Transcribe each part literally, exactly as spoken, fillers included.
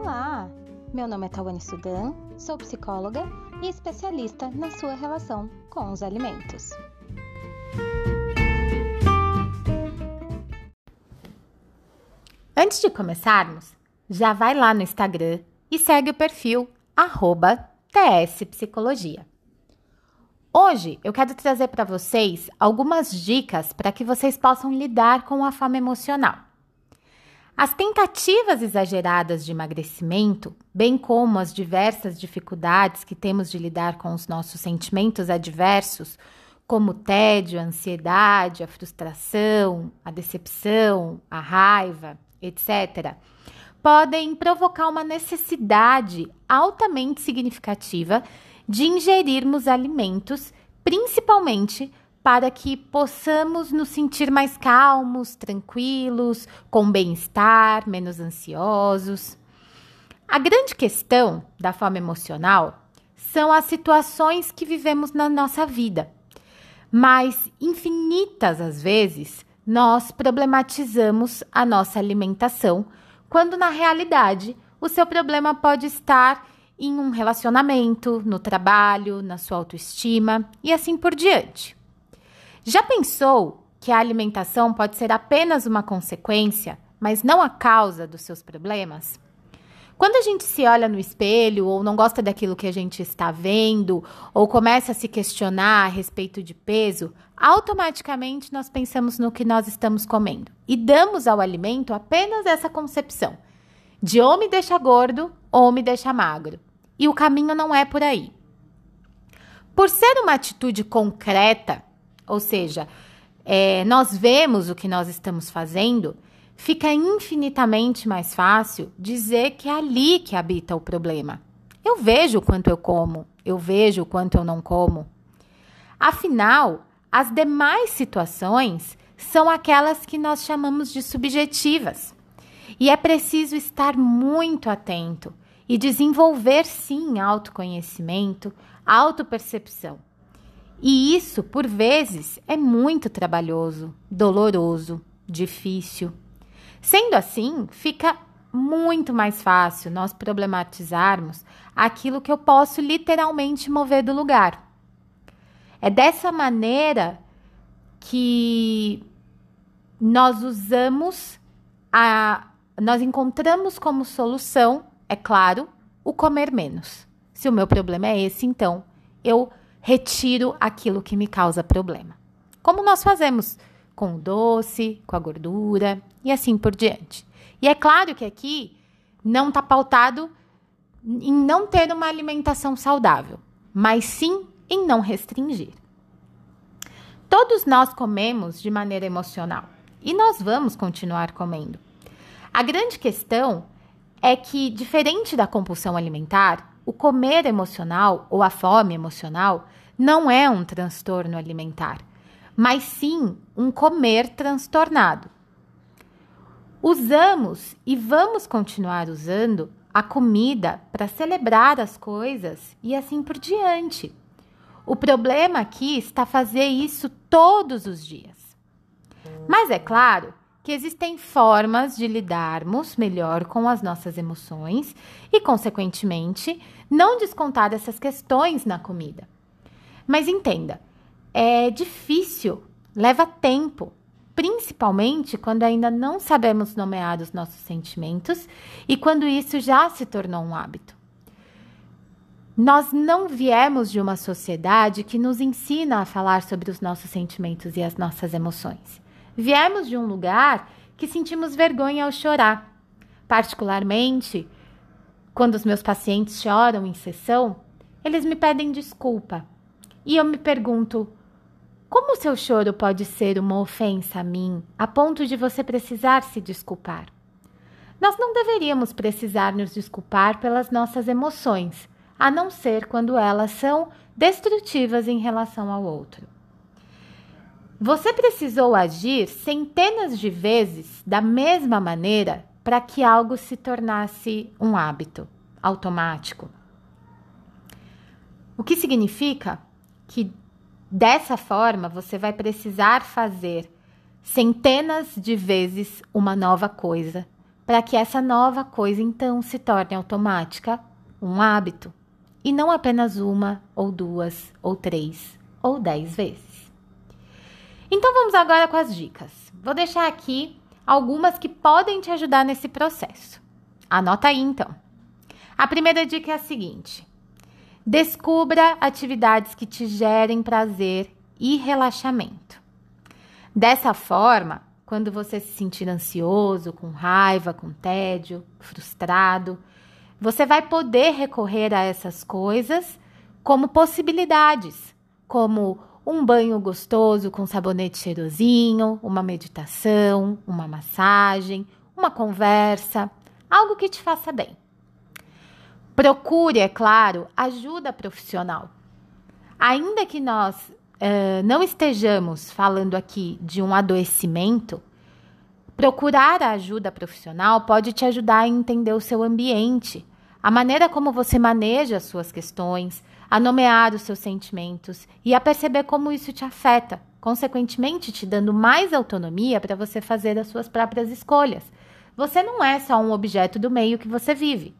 Olá! Meu nome é Tawane Sudan, sou psicóloga e especialista na sua relação com os alimentos. Antes de começarmos, já vai lá no Instagram e segue o perfil arroba tspsicologia. Hoje eu quero trazer para vocês algumas dicas para que vocês possam lidar com a fome emocional. As tentativas exageradas de emagrecimento, bem como as diversas dificuldades que temos de lidar com os nossos sentimentos adversos, como o tédio, a ansiedade, a frustração, a decepção, a raiva, etcétera, podem provocar uma necessidade altamente significativa de ingerirmos alimentos, principalmente para que possamos nos sentir mais calmos, tranquilos, com bem-estar, menos ansiosos. A grande questão da fome emocional são as situações que vivemos na nossa vida, mas infinitas às vezes nós problematizamos a nossa alimentação, quando na realidade o seu problema pode estar em um relacionamento, no trabalho, na sua autoestima e assim por diante. Já pensou que a alimentação pode ser apenas uma consequência, mas não a causa dos seus problemas? Quando a gente se olha no espelho ou não gosta daquilo que a gente está vendo ou começa a se questionar a respeito de peso, automaticamente nós pensamos no que nós estamos comendo e damos ao alimento apenas essa concepção de ou me deixa gordo ou me deixa magro. E o caminho não é por aí. Por ser uma atitude concreta, ou seja, é, nós vemos o que nós estamos fazendo, fica infinitamente mais fácil dizer que é ali que habita o problema. Eu vejo o quanto eu como, eu vejo o quanto eu não como. Afinal, as demais situações são aquelas que nós chamamos de subjetivas. E é preciso estar muito atento e desenvolver, sim, autoconhecimento, autopercepção. E isso, por vezes, é muito trabalhoso, doloroso, difícil. Sendo assim, fica muito mais fácil nós problematizarmos aquilo que eu posso literalmente mover do lugar. É dessa maneira que nós usamos, a, nós encontramos como solução, é claro, o comer menos. Se o meu problema é esse, então eu retiro aquilo que me causa problema. Como nós fazemos com o doce, com a gordura e assim por diante. E é claro que aqui não está pautado em não ter uma alimentação saudável, mas sim em não restringir. Todos nós comemos de maneira emocional e nós vamos continuar comendo. A grande questão é que, diferente da compulsão alimentar, o comer emocional ou a fome emocional não é um transtorno alimentar, mas sim um comer transtornado. Usamos e vamos continuar usando a comida para celebrar as coisas e assim por diante. O problema aqui está fazer isso todos os dias. Mas é claro que existem formas de lidarmos melhor com as nossas emoções e, consequentemente, não descontar essas questões na comida. Mas entenda, é difícil, leva tempo, principalmente quando ainda não sabemos nomear os nossos sentimentos e quando isso já se tornou um hábito. Nós não viemos de uma sociedade que nos ensina a falar sobre os nossos sentimentos e as nossas emoções. Viemos de um lugar que sentimos vergonha ao chorar. Particularmente, quando os meus pacientes choram em sessão, eles me pedem desculpa. E eu me pergunto, como o seu choro pode ser uma ofensa a mim, a ponto de você precisar se desculpar? Nós não deveríamos precisar nos desculpar pelas nossas emoções, a não ser quando elas são destrutivas em relação ao outro. Você precisou agir centenas de vezes da mesma maneira para que algo se tornasse um hábito automático. O que significa que dessa forma você vai precisar fazer centenas de vezes uma nova coisa para que essa nova coisa então se torne automática, um hábito, e não apenas uma, ou duas, ou três, ou dez vezes. Então vamos agora com as dicas. Vou deixar aqui algumas que podem te ajudar nesse processo. Anota aí então. A primeira dica é a seguinte: descubra atividades que te gerem prazer e relaxamento. Dessa forma, quando você se sentir ansioso, com raiva, com tédio, frustrado, você vai poder recorrer a essas coisas como possibilidades, como um banho gostoso com sabonete cheirosinho, uma meditação, uma massagem, uma conversa, algo que te faça bem. Procure, é claro, ajuda profissional. Ainda que nós uh, não estejamos falando aqui de um adoecimento, procurar a ajuda profissional pode te ajudar a entender o seu ambiente, a maneira como você maneja as suas questões, a nomear os seus sentimentos e a perceber como isso te afeta, consequentemente te dando mais autonomia para você fazer as suas próprias escolhas. Você não é só um objeto do meio que você vive.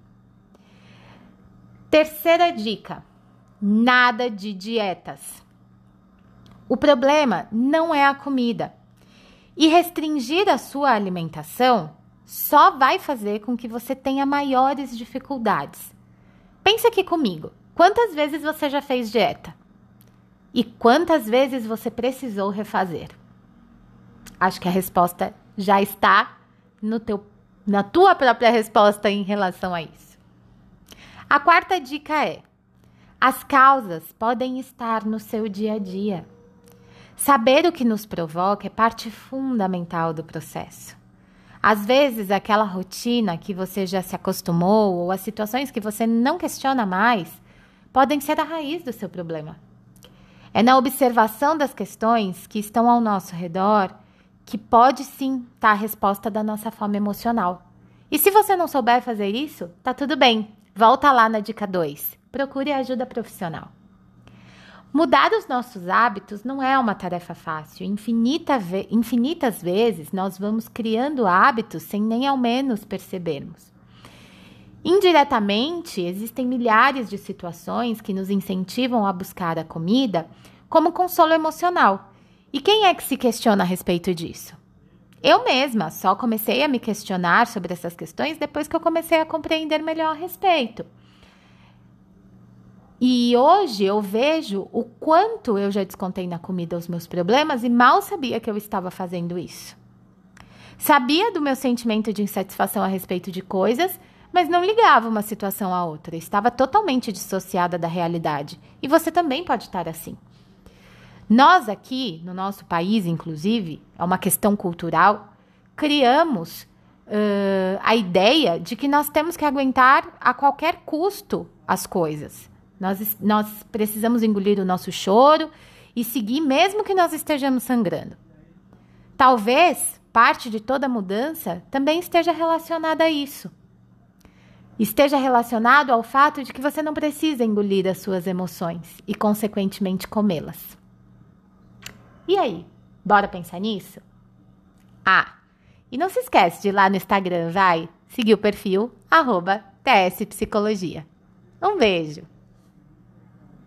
Terceira dica: nada de dietas. O problema não é a comida. E restringir a sua alimentação só vai fazer com que você tenha maiores dificuldades. Pensa aqui comigo. Quantas vezes você já fez dieta? E quantas vezes você precisou refazer? Acho que a resposta já está no teu, na tua própria resposta em relação a isso. A quarta dica é: as causas podem estar no seu dia a dia. Saber o que nos provoca é parte fundamental do processo. Às vezes, aquela rotina que você já se acostumou ou as situações que você não questiona mais podem ser a raiz do seu problema. É na observação das questões que estão ao nosso redor que pode sim estar a resposta da nossa fome emocional. E se você não souber fazer isso, tá tudo bem. Volta lá na dica dois. Procure ajuda profissional. Mudar os nossos hábitos não é uma tarefa fácil. Infinita ve- infinitas vezes nós vamos criando hábitos sem nem ao menos percebermos. Indiretamente, existem milhares de situações que nos incentivam a buscar a comida como consolo emocional. E quem é que se questiona a respeito disso? Eu mesma só comecei a me questionar sobre essas questões depois que eu comecei a compreender melhor a respeito. E hoje eu vejo o quanto eu já descontei na comida os meus problemas e mal sabia que eu estava fazendo isso. Sabia do meu sentimento de insatisfação a respeito de coisas, mas não ligava uma situação à outra. Estava totalmente dissociada da realidade. E você também pode estar assim. Nós aqui, no nosso país, inclusive, é uma questão cultural, criamos uh, a ideia de que nós temos que aguentar a qualquer custo as coisas. Nós, nós precisamos engolir o nosso choro e seguir mesmo que nós estejamos sangrando. Talvez parte de toda mudança também esteja relacionada a isso. Esteja relacionado ao fato de que você não precisa engolir as suas emoções e, consequentemente, comê-las. E aí, bora pensar nisso? Ah, e não se esquece de ir lá no Instagram, vai, seguir o perfil arroba T S Psicologia. Um beijo!